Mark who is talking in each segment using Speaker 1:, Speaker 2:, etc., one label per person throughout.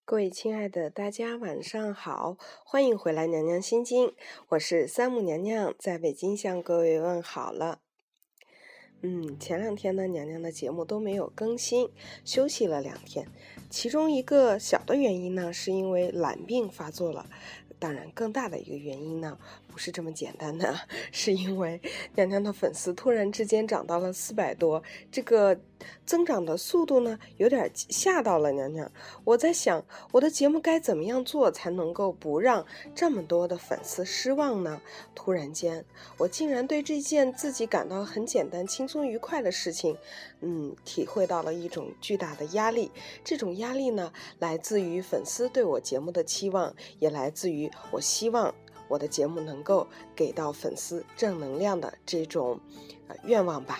Speaker 1: 各位亲爱的大家晚上好，欢迎回来娘娘心经，我是三木娘娘，在北京向各位问好了。前2天呢，娘娘的节目都没有更新，休息了2天。其中一个小的原因呢，是因为懒病发作了。当然，更大的一个原因呢，不是这么简单的，是因为娘娘的粉丝突然之间涨到了400多，这个增长的速度呢，有点吓到了娘娘。我在想，我的节目该怎么样做才能够不让这么多的粉丝失望呢？突然间，我竟然对这件自己感到很简单、轻松、愉快的事情，体会到了一种巨大的压力。这种压力呢，来自于粉丝对我节目的期望，也来自于我希望我的节目能够给到粉丝正能量的这种愿望吧。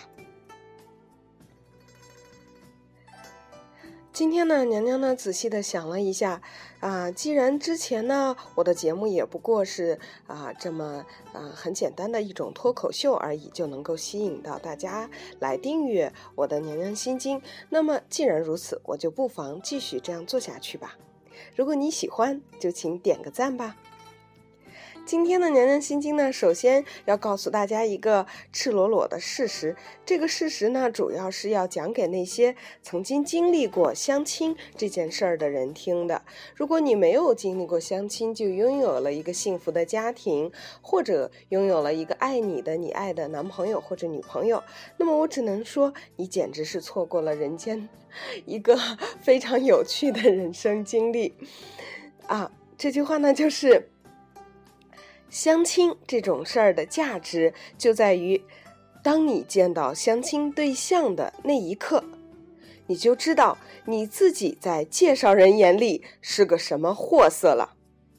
Speaker 1: 今天呢，娘娘呢仔细的想了一下，既然之前呢我的节目也不过是这么很简单的一种脱口秀而已，就能够吸引到大家来订阅我的娘娘心经，那么既然如此，我就不妨继续这样做下去吧。如果你喜欢，就请点个赞吧。今天的娘娘心经呢，首先要告诉大家一个赤裸裸的事实，这个事实呢，主要是要讲给那些曾经经历过相亲这件事儿的人听的。如果你没有经历过相亲，就拥有了一个幸福的家庭，或者拥有了一个爱你的、你爱的男朋友或者女朋友，那么我只能说，你简直是错过了人间一个非常有趣的人生经历这句话呢，就是相亲这种事儿的价值就在于，当你见到相亲对象的那一刻，你就知道你自己在介绍人眼里是个什么货色了。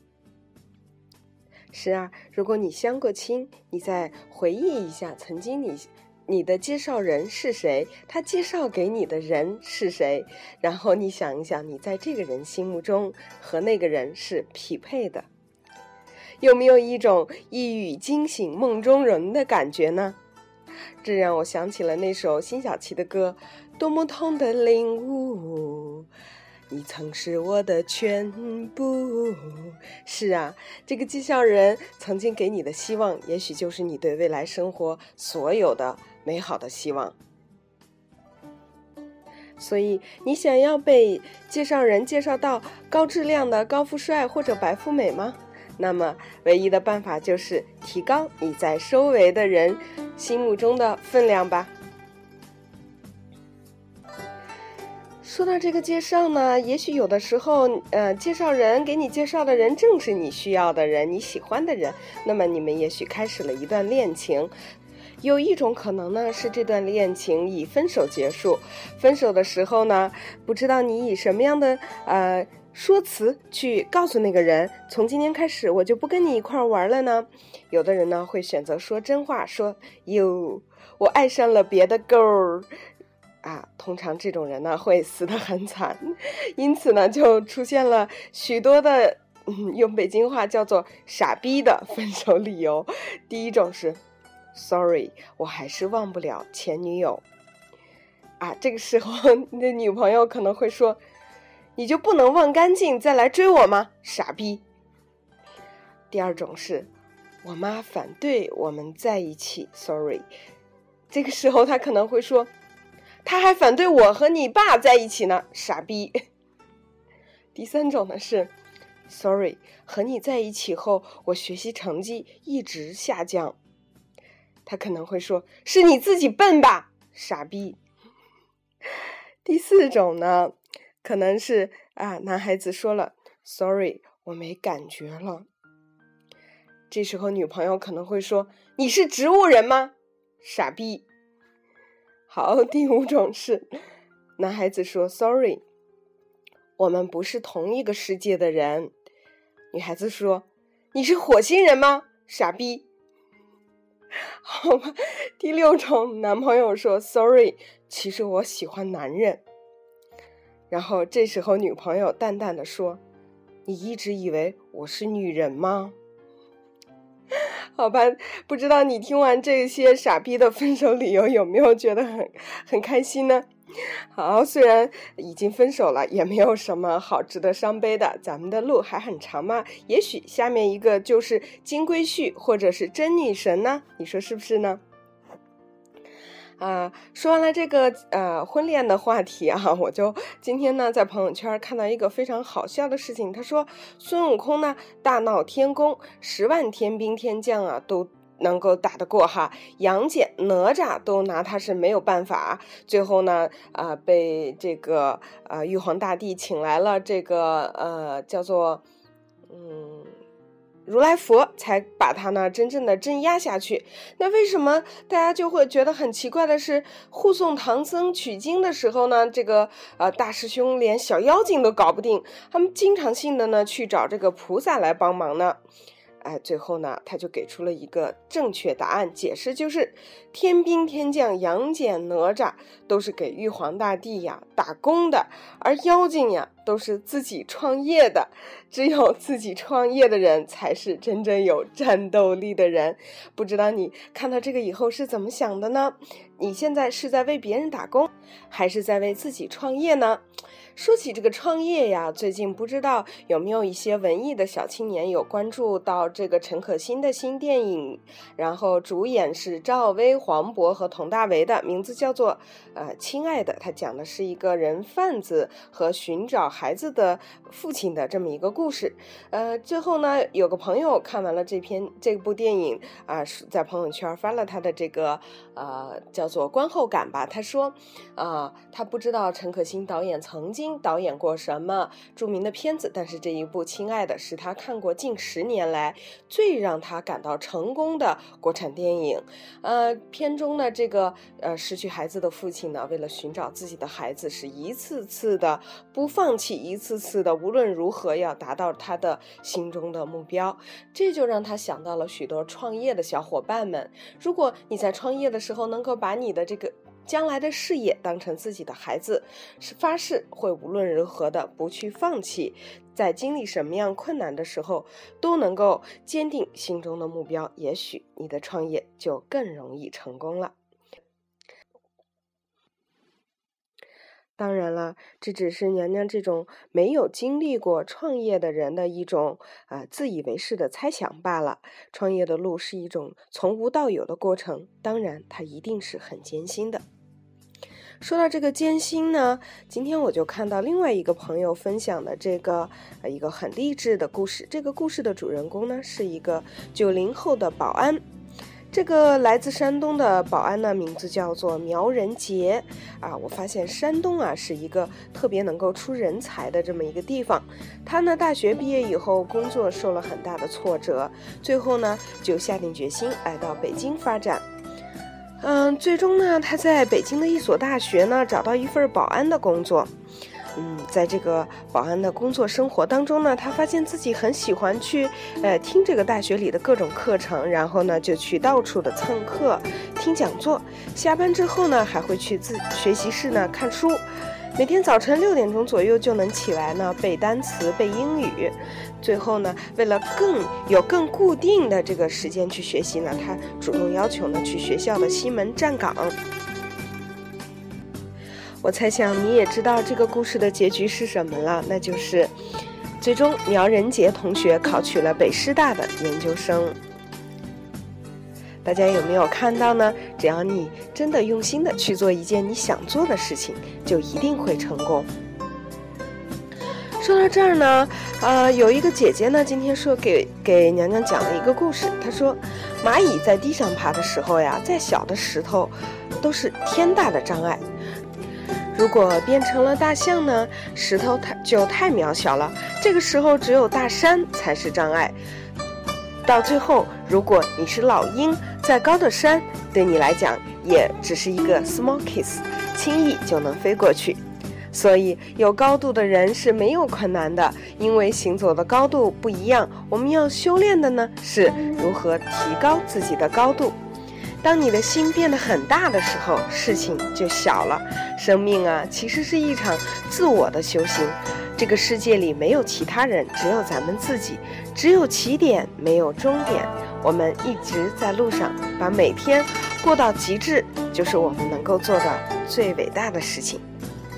Speaker 1: 是啊，如果你相过亲，你再回忆一下曾经你的介绍人是谁，他介绍给你的人是谁，然后你想一想，你在这个人心目中和那个人是匹配的。有没有一种一语惊醒梦中人的感觉呢？这让我想起了那首辛晓琪的歌，多么痛的领悟，你曾是我的全部。是啊，这个介绍人曾经给你的希望，也许就是你对未来生活所有的美好的希望。所以你想要被介绍人介绍到高质量的高富帅或者白富美吗？那么唯一的办法就是提高你在周围的人心目中的分量吧。说到这个介绍呢，也许有的时候介绍人给你介绍的人正是你需要的人，你喜欢的人，那么你们也许开始了一段恋情。有一种可能呢，是这段恋情以分手结束，分手的时候呢，不知道你以什么样的说辞去告诉那个人，从今天开始我就不跟你一块玩了呢。有的人呢会选择说真话，说哟，我爱上了别的 girl 通常这种人呢会死得很惨，因此呢就出现了许多的用北京话叫做傻逼的分手理由。第一种是 sorry， 我还是忘不了前女友这个时候你的女朋友可能会说，你就不能忘干净再来追我吗？傻逼。第二种是，我妈反对我们在一起 sorry， 这个时候她可能会说，她还反对我和你爸在一起呢，傻逼。第三种呢是 sorry， 和你在一起后我学习成绩一直下降，她可能会说，是你自己笨吧，傻逼。第四种呢可能是男孩子说了 sorry， 我没感觉了，这时候女朋友可能会说，你是植物人吗？傻逼。好，第五种是男孩子说 sorry， 我们不是同一个世界的人，女孩子说，你是火星人吗？傻逼。好吧，第六种，男朋友说 sorry， 其实我喜欢男人，然后这时候女朋友淡淡的说，你一直以为我是女人吗？好吧，不知道你听完这些傻逼的分手理由有没有觉得很开心呢？ 好，虽然已经分手了，也没有什么好值得伤悲的，咱们的路还很长嘛。也许下面一个就是金龟婿或者是真女神呢，你说是不是呢？说完了这个婚恋的话题啊，我就今天呢在朋友圈看到一个非常好笑的事情。他说孙悟空呢大闹天宫，10万天兵天将啊都能够打得过哈，杨戬哪吒都拿他是没有办法。最后呢被这个玉皇大帝请来了这个叫做如来佛，才把他呢真正的镇压下去。那为什么大家就会觉得很奇怪的是，护送唐僧取经的时候呢，这个大师兄连小妖精都搞不定，他们经常性的呢去找这个菩萨来帮忙呢？最后呢他就给出了一个正确答案，解释就是天兵天将杨戬哪吒都是给玉皇大帝呀打工的，而妖精呀都是自己创业的，只有自己创业的人才是真正有战斗力的人。不知道你看到这个以后是怎么想的呢？你现在是在为别人打工，还是在为自己创业呢？说起这个创业呀，最近不知道有没有一些文艺的小青年有关注到这个陈可辛的新电影，然后主演是赵薇、黄渤和佟大为的，名字叫做亲爱的。他讲的是一个人贩子和寻找孩子的父亲的这么一个故事。最后呢，有个朋友看完了这部电影在朋友圈发了他的这个叫做观后感吧。他说他不知道陈可辛导演曾经导演过什么著名的片子，但是这一部《亲爱的》是他看过近10年来最让他感到成功的国产电影。片中的这个失去孩子的父亲呢，为了寻找自己的孩子，是一次次的不放弃，一次次的无论如何要达到他的心中的目标。这就让他想到了许多创业的小伙伴们，如果你在创业的时候能够把你的这个将来的事业当成自己的孩子，发誓会无论如何的不去放弃，在经历什么样困难的时候都能够坚定心中的目标，也许你的创业就更容易成功了。当然了，这只是娘娘这种没有经历过创业的人的一种自以为是的猜想罢了。创业的路是一种从无到有的过程，当然它一定是很艰辛的。说到这个艰辛呢，今天我就看到另外一个朋友分享的这个一个很励志的故事。这个故事的主人公呢是一个90后的保安。这个来自山东的保安呢，名字叫做苗仁杰我发现山东是一个特别能够出人才的这么一个地方。他呢大学毕业以后工作受了很大的挫折，最后呢就下定决心来到北京发展。最终呢他在北京的一所大学呢找到一份保安的工作。在这个保安的工作生活当中呢，他发现自己很喜欢去听这个大学里的各种课程，然后呢就去到处的蹭课听讲座，下班之后呢还会去学习室呢看书，每天早晨6点钟左右就能起来呢背单词背英语。最后呢为了更固定的这个时间去学习呢，他主动要求呢去学校的西门站岗。我猜想你也知道这个故事的结局是什么了，那就是最终苗仁杰同学考取了北师大的研究生。大家有没有看到呢？只要你真的用心的去做一件你想做的事情，就一定会成功。说到这儿呢，有一个姐姐呢，今天说给娘娘讲了一个故事。她说，蚂蚁在地上爬的时候呀，再小的石头都是天大的障碍。如果变成了大象呢，石头就太渺小了，这个时候只有大山才是障碍。到最后，如果你是老鹰，再高的山对你来讲也只是一个 small kiss， 轻易就能飞过去。所以有高度的人是没有困难的，因为行走的高度不一样，我们要修炼的呢是如何提高自己的高度。当你的心变得很大的时候，事情就小了。生命其实是一场自我的修行。这个世界里没有其他人，只有咱们自己，只有起点，没有终点。我们一直在路上，把每天过到极致，就是我们能够做的最伟大的事情。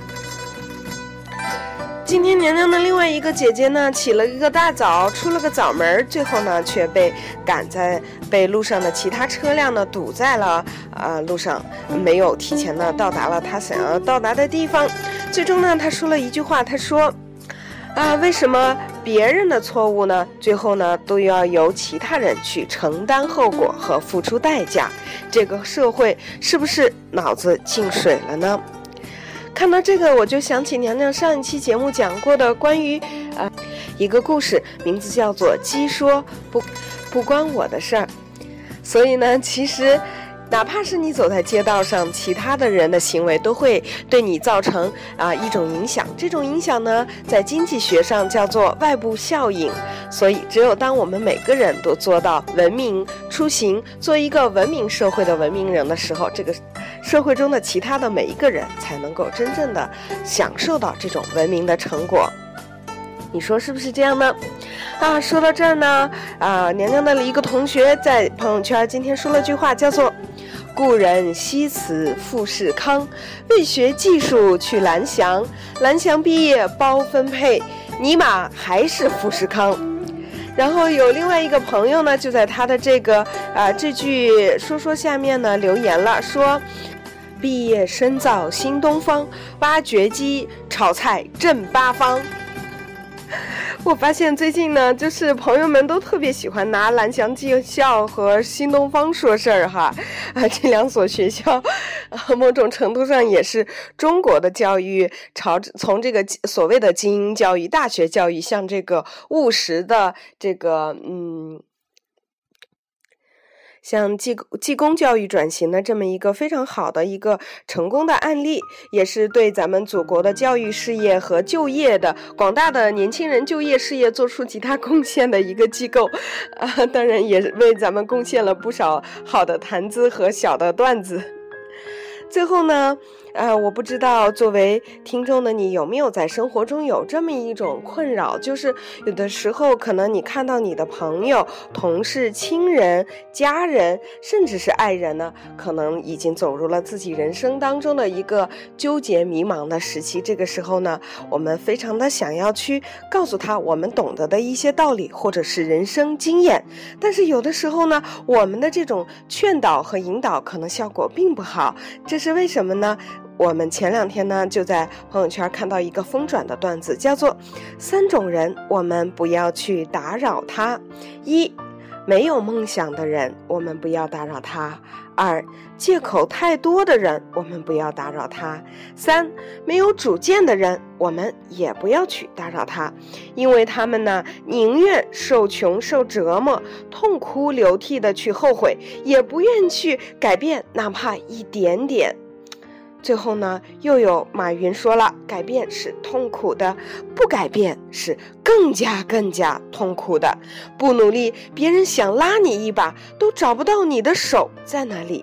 Speaker 1: 今天娘娘的另外一个姐姐呢，起了一个大早，出了个早门，最后呢却被路上的其他车辆呢堵在了路上，没有提前呢到达了她想要到达的地方。最终呢，她说了一句话，她说为什么别人的错误呢，最后呢都要由其他人去承担后果和付出代价？这个社会是不是脑子进水了呢？看到这个，我就想起娘娘上一期节目讲过的关于一个故事，名字叫做鸡说不关我的事儿。所以呢，其实哪怕是你走在街道上，其他的人的行为都会对你造成一种影响。这种影响呢，在经济学上叫做外部效应。所以只有当我们每个人都做到文明出行，做一个文明社会的文明人的时候，这个社会中的其他的每一个人才能够真正的享受到这种文明的成果。你说是不是这样呢？说到这儿呢，娘娘的一个同学在朋友圈今天说了句话，叫做故人西辞富士康，为学技术去蓝翔，蓝翔毕业包分配，尼玛还是富士康。然后有另外一个朋友呢，就在他的这句说下面呢留言了，说毕业深造新东方，挖掘机炒菜正八方。我发现最近呢，就是朋友们都特别喜欢拿蓝翔技校和新东方说事儿哈，这两所学校，某种程度上也是中国的教育从这个所谓的精英教育、大学教育向这个务实的这个像技工教育转型的这么一个非常好的一个成功的案例，也是对咱们祖国的教育事业和就业的广大的年轻人就业事业做出极大贡献的一个机构，当然也为咱们贡献了不少好的谈资和小的段子。最后呢，我不知道作为听众的你有没有在生活中有这么一种困扰，就是有的时候可能你看到你的朋友、同事、亲人、家人，甚至是爱人呢，可能已经走入了自己人生当中的一个纠结迷茫的时期。这个时候呢，我们非常的想要去告诉他我们懂得的一些道理或者是人生经验，但是有的时候呢，我们的这种劝导和引导可能效果并不好，这是为什么呢？我们前2天呢就在朋友圈看到一个疯转的段子，叫做3种人我们不要去打扰他。1，没有梦想的人我们不要打扰他。2，借口太多的人我们不要打扰他。3，没有主见的人我们也不要去打扰他，因为他们呢宁愿受穷受折磨，痛哭流涕的去后悔，也不愿去改变哪怕一点点。最后呢，又有马云说了，改变是痛苦的，不改变是更加痛苦的。不努力，别人想拉你一把都找不到你的手在哪里。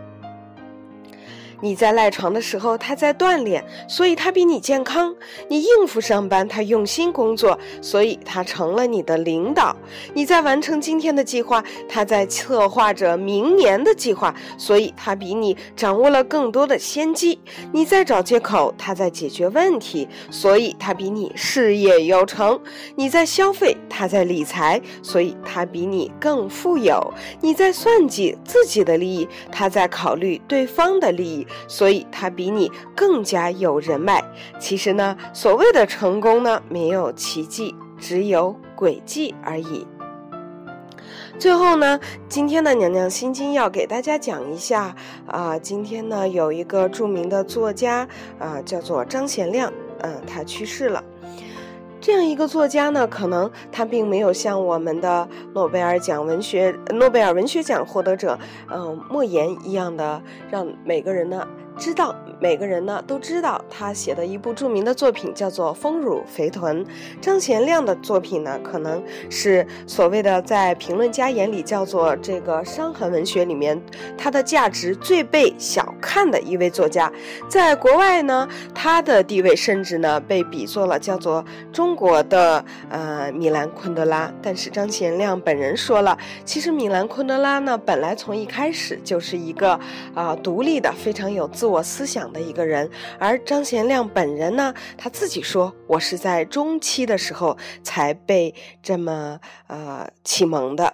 Speaker 1: 你在赖床的时候，他在锻炼，所以他比你健康；你应付上班，他用心工作，所以他成了你的领导；你在完成今天的计划，他在策划着明年的计划，所以他比你掌握了更多的先机；你在找借口，他在解决问题，所以他比你事业有成；你在消费，他在理财，所以他比你更富有；你在算计自己的利益，他在考虑对方的利益，所以他比你更加有人脉。其实呢，所谓的成功呢，没有奇迹，只有轨迹而已。最后呢，今天的娘娘心经要给大家讲一下今天呢有一个著名的作家叫做张贤亮，他去世了。这样一个作家呢，可能他并没有像我们的诺贝尔文学奖获得者莫言一样的让每个人呢都知道他写的一部著名的作品叫做《丰乳肥臀》。张贤亮的作品呢，可能是所谓的在评论家眼里叫做这个伤痕文学里面他的价值最被小看的一位作家。在国外呢，他的地位甚至呢被比作了叫做中国的米兰昆德拉。但是张贤亮本人说了，其实米兰昆德拉呢本来从一开始就是一个独立的非常有自我思想的一个人。而张贤亮本人呢，他自己说，我是在中期的时候才被这么启蒙的。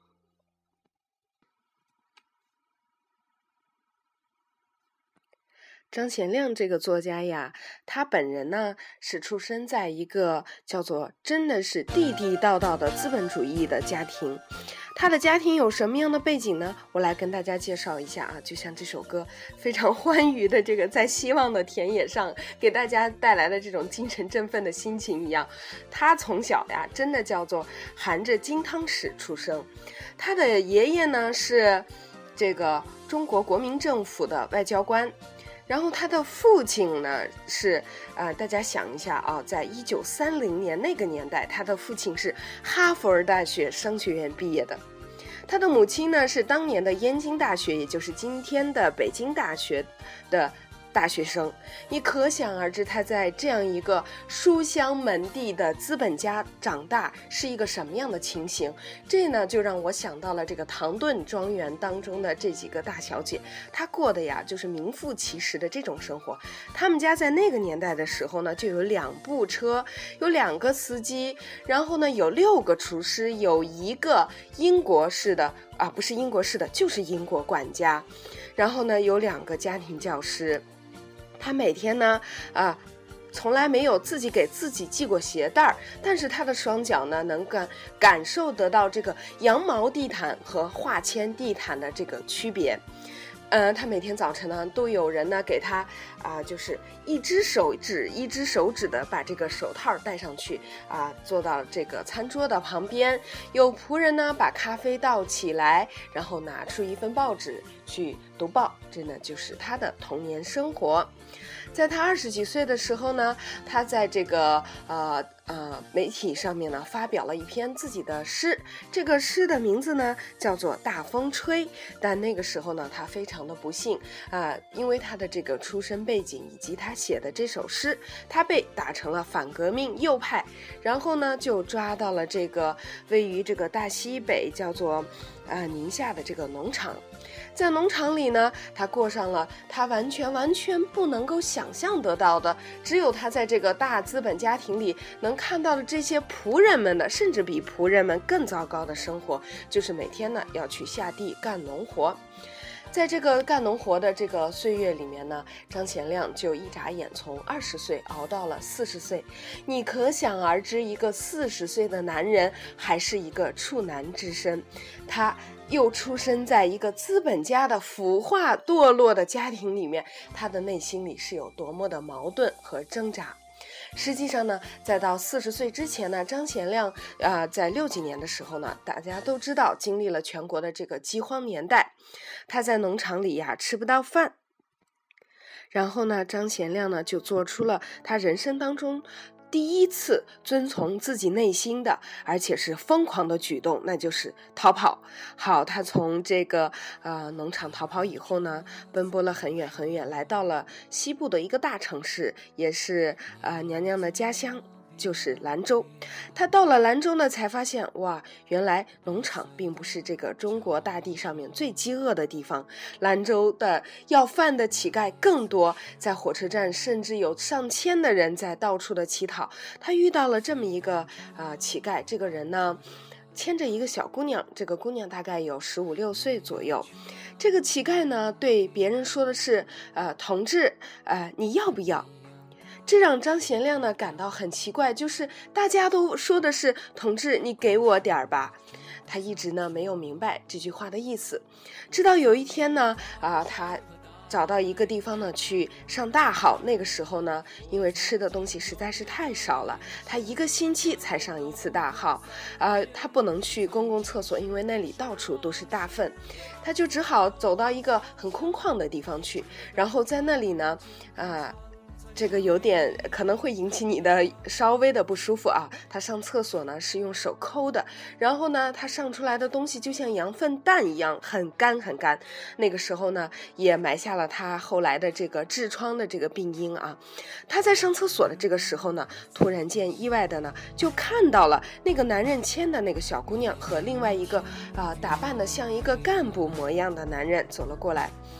Speaker 1: 张贤亮这个作家呀，他本人呢是出生在一个叫做真的是地地道道的资本主义的家庭。他的家庭有什么样的背景呢？我来跟大家介绍一下啊，就像这首歌非常欢愉的这个在希望的田野上给大家带来的这种精神振奋的心情一样，他从小呀真的叫做含着金汤匙出生。他的爷爷呢是这个中国国民政府的外交官。然后他的父亲呢是大家想一下啊，在1930年那个年代，他的父亲是哈佛大学商学院毕业的。他的母亲呢是当年的燕京大学，也就是今天的北京大学的大学生。你可想而知，他在这样一个书香门第的资本家长大是一个什么样的情形。这呢就让我想到了这个唐顿庄园当中的这几个大小姐，她过的呀就是名副其实的这种生活。他们家在那个年代的时候呢，就有2部车，有2个司机，然后呢有6个厨师，有1个英国式的不是英国式的，就是英国管家，然后呢有2个家庭教师。他每天呢从来没有自己给自己系过鞋带，但是他的双脚呢能感受得到这个羊毛地毯和化纤地毯的这个区别。他每天早晨呢都有人呢给他就是一只手指一只手指的把这个手套戴上去坐到这个餐桌的旁边，有仆人呢把咖啡倒起来，然后拿出一份报纸去读报。这呢就是他的童年生活。在他20几岁的时候呢，他在这个媒体上面呢发表了一篇自己的诗，这个诗的名字呢叫做《大风吹》。但那个时候呢他非常的不幸因为他的这个出身背景以及他写的这首诗，他被打成了反革命右派，然后呢就抓到了这个位于这个大西北叫做宁夏的这个农场。在农场里呢，他过上了他完全不能够想象得到的，只有他在这个大资本家庭里能看到的这些仆人们的，甚至比仆人们更糟糕的生活，就是每天呢要去下地干农活。在这个干农活的这个岁月里面呢，张贤亮就一眨眼从20岁熬到了40岁。你可想而知，一个40岁的男人还是一个处男之身，他又出生在一个资本家的腐化堕落的家庭里面，他的内心里是有多么的矛盾和挣扎。实际上呢，在到40岁之前呢，张贤亮在60几年的时候呢，大家都知道经历了全国的这个饥荒年代，他在农场里吃不到饭。然后呢，张贤亮呢就做出了他人生当中第一次遵从自己内心的，而且是疯狂的举动，那就是逃跑。好，他从这个农场逃跑以后呢，奔波了很远很远，来到了西部的一个大城市，也是娘娘的家乡，就是兰州。他到了兰州呢，才发现哇，原来农场并不是这个中国大地上面最饥饿的地方，兰州的要饭的乞丐更多，在火车站甚至有上千的人在到处的乞讨。他遇到了这么一个乞丐，这个人呢牵着一个小姑娘，这个姑娘大概有15、16岁左右。这个乞丐呢对别人说的是同志你要不要？这让张贤亮呢感到很奇怪，就是大家都说的是同志你给我点儿吧。他一直呢没有明白这句话的意思，直到有一天呢他找到一个地方呢去上大号。那个时候呢，因为吃的东西实在是太少了，他1个星期才上1次大号他不能去公共厕所，因为那里到处都是大粪，他就只好走到一个很空旷的地方去，然后在那里呢这个有点可能会引起你的稍微的不舒服他上厕所呢是用手抠的，然后呢他上出来的东西就像羊粪蛋一样很干很干。那个时候呢也埋下了他后来的这个痔疮的这个病因他在上厕所的这个时候呢，突然间意外的呢就看到了那个男人牵的那个小姑娘和另外一个打扮的像一个干部模样的男人走了过来。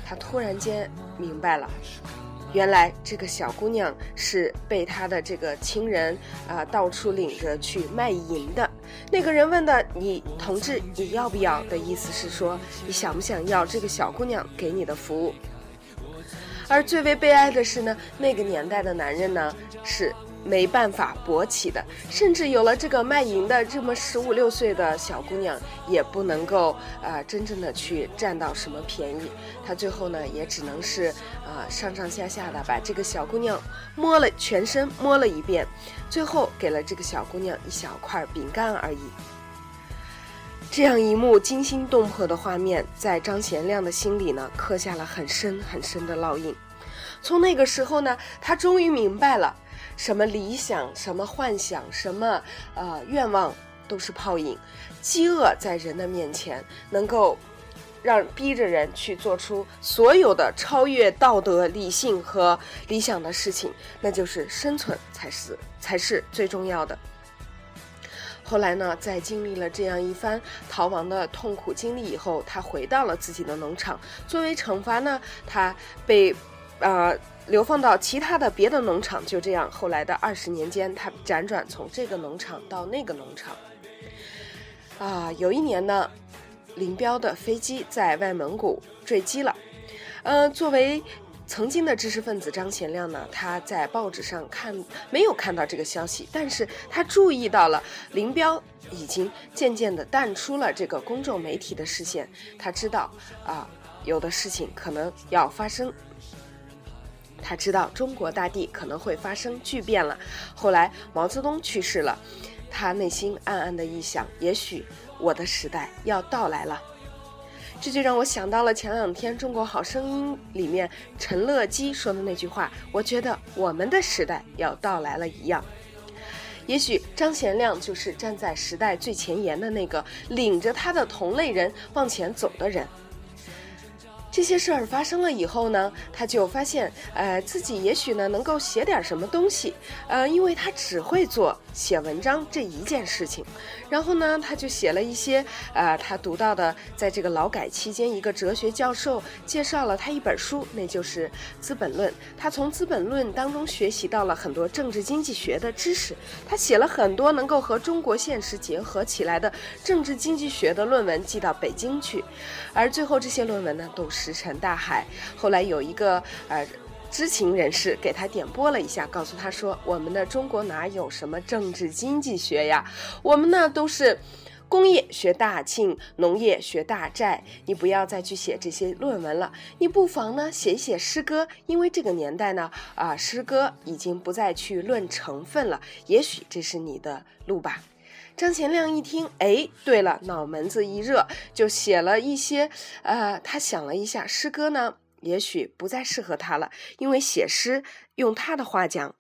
Speaker 1: 他突然间明白了，原来这个小姑娘是被他的这个亲人到处领着去卖淫的。那个人问的你同志你要不要的意思是说，你想不想要这个小姑娘给你的服务。而最为悲哀的是呢，那个年代的男人呢是没办法勃起的，甚至有了这个卖淫的这么15、16岁的小姑娘，也不能够真正的去占到什么便宜。他最后呢，也只能是上上下下的把这个小姑娘全身摸了一遍，最后给了这个小姑娘一小块饼干而已。这样一幕惊心动魄的画面，在张贤亮的心里呢，刻下了很深很深的烙印。从那个时候呢，他终于明白了，什么理想，什么幻想，什么愿望都是泡影。饥饿在人的面前能够逼着人去做出所有的超越道德、理性和理想的事情，那就是生存才是最重要的。后来呢，在经历了这样一番逃亡的痛苦经历以后，他回到了自己的农场。作为惩罚呢，他被流放到其他的别的农场。就这样，后来的20年间，他辗转从这个农场到那个农场。有一年呢，林彪的飞机在外蒙古坠机了。作为曾经的知识分子张贤亮呢，他在报纸上没有看到这个消息，但是他注意到了林彪已经渐渐地淡出了这个公众媒体的视线。他知道有的事情可能要发生，他知道中国大地可能会发生巨变了。后来毛泽东去世了，他内心暗暗的一想，也许我的时代要到来了。这就让我想到了前2天《中国好声音》里面陈乐基说的那句话，我觉得我们的时代要到来了一样。也许张贤亮就是站在时代最前沿的那个领着他的同类人往前走的人。这些事儿发生了以后呢，他就发现自己也许呢能够写点什么东西，因为他只会做写文章这一件事情。然后呢，他就写了一些他读到的，在这个劳改期间，一个哲学教授介绍了他一本书，那就是《资本论》。他从《资本论》当中学习到了很多政治经济学的知识，他写了很多能够和中国现实结合起来的政治经济学的论文寄到北京去，而最后这些论文呢都石沉大海。后来有一个知情人士给他点拨了一下，告诉他说，我们的中国哪有什么政治经济学呀，我们呢都是工业学大庆，农业学大寨，你不要再去写这些论文了，你不妨呢写一写诗歌，因为这个年代呢诗歌已经不再去论成分了，也许这是你的路吧。张贤亮一听，对了，脑门子一热，就写了一些他想了一下，诗歌呢也许不再适合他了，因为写诗用他的话讲，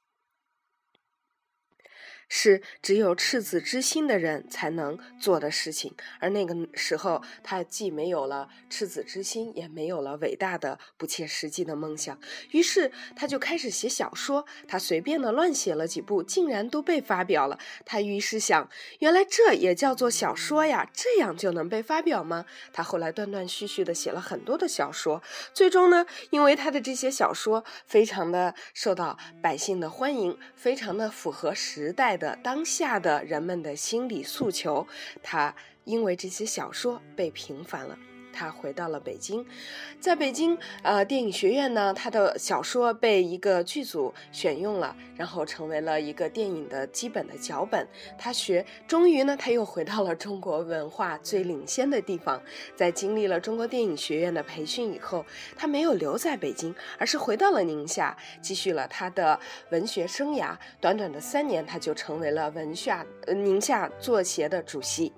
Speaker 1: 是只有赤子之心的人才能做的事情，而那个时候他既没有了赤子之心，也没有了伟大的不切实际的梦想，于是他就开始写小说。他随便的乱写了几部，竟然都被发表了。他于是想，原来这也叫做小说呀，这样就能被发表吗？他后来断断续续的写了很多的小说，最终呢，因为他的这些小说非常的受到百姓的欢迎，非常的符合时代的当下的人们的心理诉求，他因为这些小说被平反了。他回到了北京，在北京电影学院呢，他的小说被一个剧组选用了，然后成为了一个电影的基本的脚本。终于呢，他又回到了中国文化最领先的地方。在经历了中国电影学院的培训以后，他没有留在北京，而是回到了宁夏，继续了他的文学生涯。短短的3年，他就成为了宁夏作协的主席。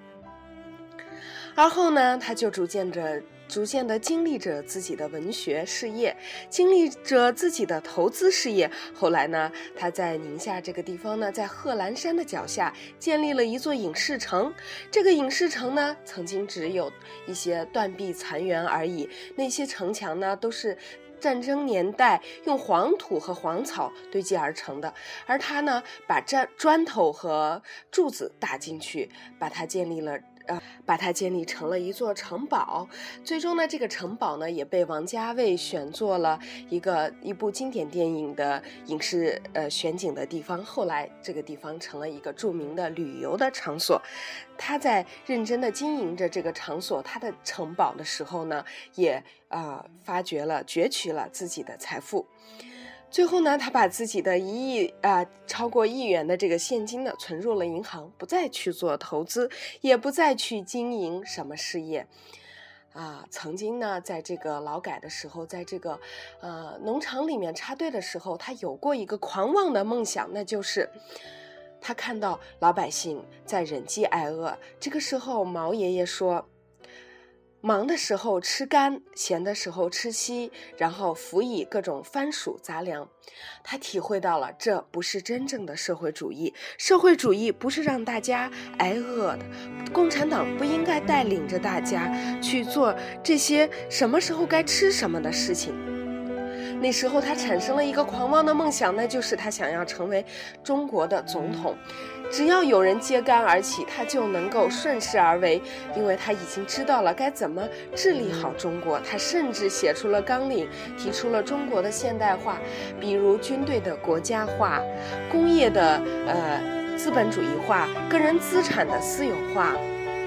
Speaker 1: 而后呢，他就逐渐地经历着自己的文学事业，经历着自己的投资事业。后来呢，他在宁夏这个地方呢，在贺兰山的脚下建立了一座影视城。这个影视城呢，曾经只有一些断壁残垣而已，那些城墙呢，都是战争年代用黄土和黄草堆积而成的，而他呢，把砖头和柱子打进去，把它建立了把它建立成了一座城堡。最终呢，这个城堡呢也被王家卫选做了一部经典电影的影视选景的地方。后来这个地方成了一个著名的旅游的场所。他在认真的经营着这个场所，他的城堡的时候呢，也攫取了自己的财富。最后呢，他把自己的超过1亿元的这个现金呢存入了银行，不再去做投资，也不再去经营什么事业。曾经呢，在这个劳改的时候，在这个农场里面插队的时候，他有过一个狂妄的梦想，那就是他看到老百姓在忍饥挨饿。这个时候毛爷爷说，忙的时候吃干，闲的时候吃稀，然后辅以各种番薯杂粮。他体会到了这不是真正的社会主义，社会主义不是让大家挨饿的，共产党不应该带领着大家去做这些什么时候该吃什么的事情。那时候他产生了一个狂妄的梦想，那就是他想要成为中国的总统。只要有人揭竿而起，他就能够顺势而为，因为他已经知道了该怎么治理好中国。他甚至写出了纲领，提出了中国的现代化，比如军队的国家化，工业的资本主义化，个人资产的私有化。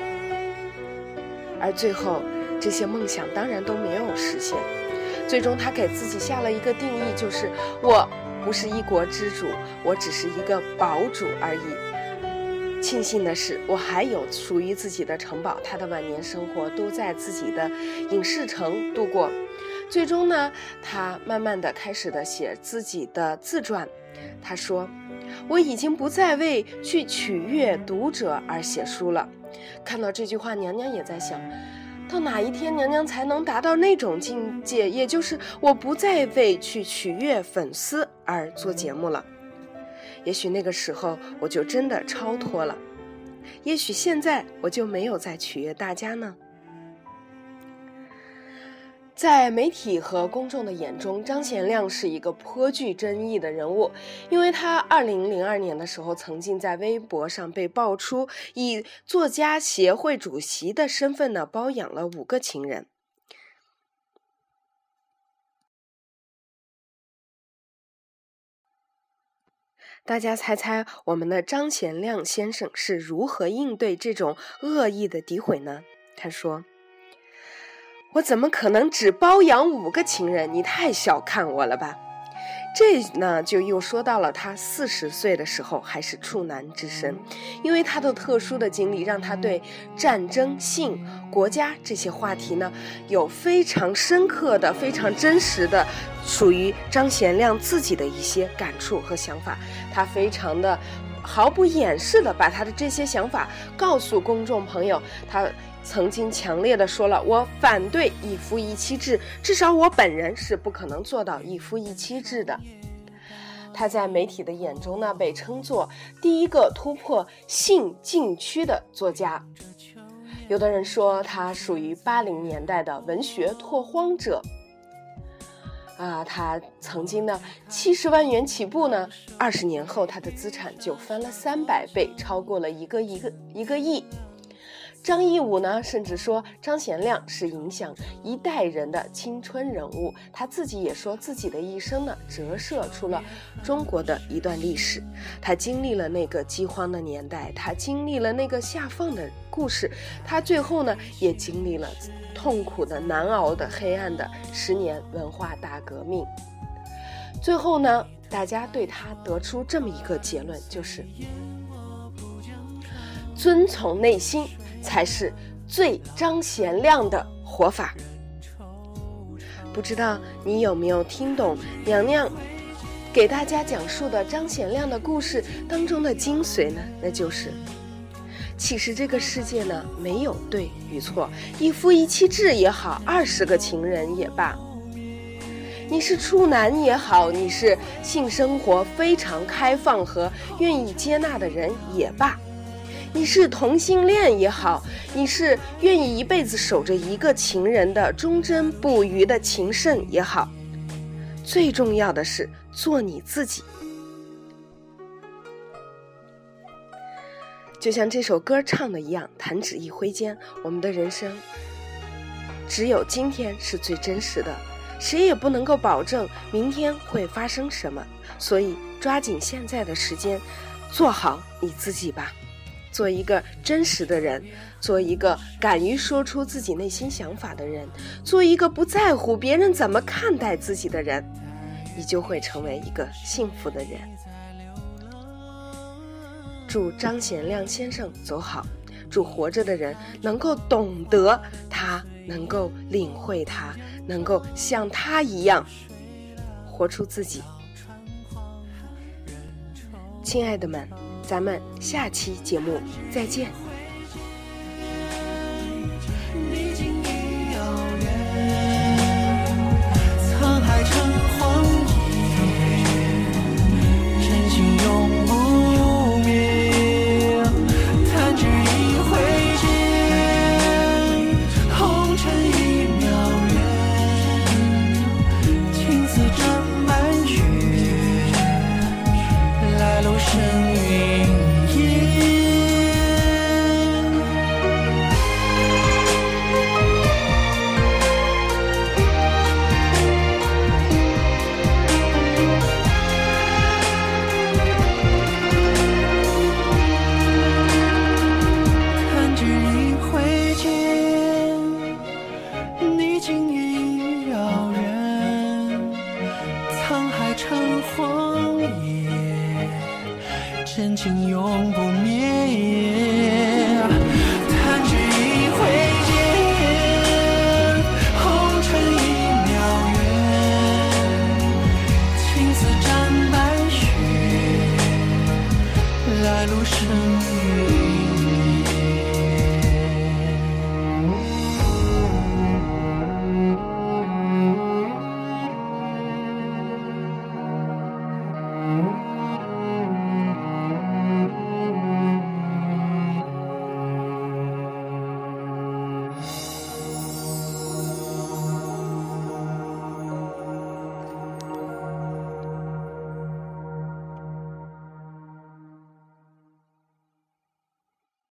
Speaker 1: 而最后这些梦想当然都没有实现。最终他给自己下了一个定义，就是我不是一国之主，我只是一个堡主而已。庆幸的是，我还有属于自己的城堡。他的晚年生活都在自己的影视城度过。最终呢，他慢慢的开始写自己的自传。他说，我已经不再为去取悦读者而写书了。看到这句话，娘娘也在想，到哪一天娘娘才能达到那种境界，也就是我不再为去取悦粉丝而做节目了。也许那个时候我就真的超脱了，也许现在我就没有再取悦大家呢。在媒体和公众的眼中，张贤亮是一个颇具争议的人物，因为他2002年的时候曾经在微博上被爆出以作家协会主席的身份呢包养了5个情人。大家猜猜我们的张贤亮先生是如何应对这种恶意的诋毁呢？他说，我怎么可能只包养5个情人？你太小看我了吧。这呢就又说到了他40岁的时候还是处男之身，因为他的特殊的经历让他对战争、性、国家这些话题呢有非常深刻的、非常真实的属于张贤亮自己的一些感触和想法。他非常的毫不掩饰的把他的这些想法告诉公众朋友。他曾经强烈的说了，我反对一夫一妻制，至少我本人是不可能做到一夫一妻制的。他在媒体的眼中呢，被称作第一个突破性禁区的作家。有的人说他属于80年代的文学拓荒者。他曾经呢70万元起步呢，20年后他的资产就翻了300倍，超过了一个亿。张艺武呢，甚至说张贤亮是影响一代人的青春人物。他自己也说，自己的一生呢，折射出了中国的一段历史。他经历了那个饥荒的年代，他经历了那个下放的故事，他最后呢，也经历了痛苦的、难熬的、黑暗的10年文化大革命。最后呢，大家对他得出这么一个结论，就是遵从内心才是最张贤亮的活法。不知道你有没有听懂娘娘给大家讲述的张贤亮的故事当中的精髓呢？那就是其实这个世界呢，没有对与错，一夫一妻制也好，20个情人也罢，你是处男也好，你是性生活非常开放和愿意接纳的人也罢，你是同性恋也好，你是愿意一辈子守着一个情人的忠贞不渝的情圣也好，最重要的是做你自己。 就像这首歌唱的一样，弹指一挥间，我们的人生只有今天是最真实的，谁也不能够保证明天会发生什么，所以抓紧现在的时间，做好你自己吧，做一个真实的人，做一个敢于说出自己内心想法的人，做一个不在乎别人怎么看待自己的人，你就会成为一个幸福的人。祝张贤亮先生走好，祝活着的人能够懂得他，能够领会他，能够像他一样活出自己。亲爱的们，咱们下期节目再见。
Speaker 2: 沧海成荒野，真心永不灭，弹指一挥间，红尘一秒远，青丝沾满血，来路深云烟。真情永不灭，弹指一挥间，红尘一秒远，青丝沾白雪，来路深云。